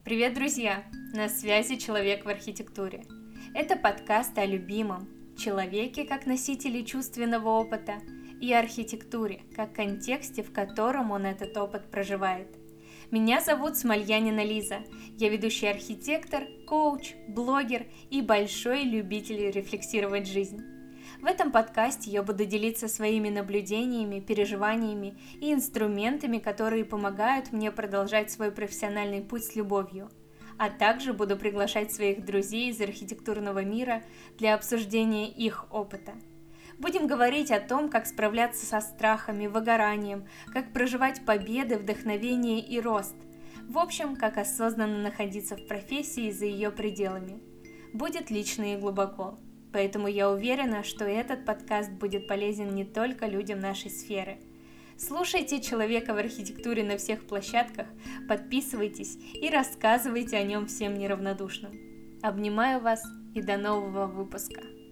Привет, друзья! На связи «Человек в архитектуре». Это подкаст о любимом, человеке как носителе чувственного опыта и архитектуре как контексте, в котором он этот опыт проживает. Меня зовут Смольянина Лиза. Я ведущий архитектор, коуч, блогер и большой любитель рефлексировать жизнь. В этом подкасте я буду делиться своими наблюдениями, переживаниями и инструментами, которые помогают мне продолжать свой профессиональный путь с любовью. А также буду приглашать своих друзей из архитектурного мира для обсуждения их опыта. Будем говорить о том, как справляться со страхами, выгоранием, как проживать победы, вдохновение и рост. В общем, как осознанно находиться в профессии за ее пределами. Будет лично и глубоко. Поэтому я уверена, что этот подкаст будет полезен не только людям нашей сферы. Слушайте «Человека в архитектуре» на всех площадках, подписывайтесь и рассказывайте о нем всем неравнодушным. Обнимаю вас и до нового выпуска!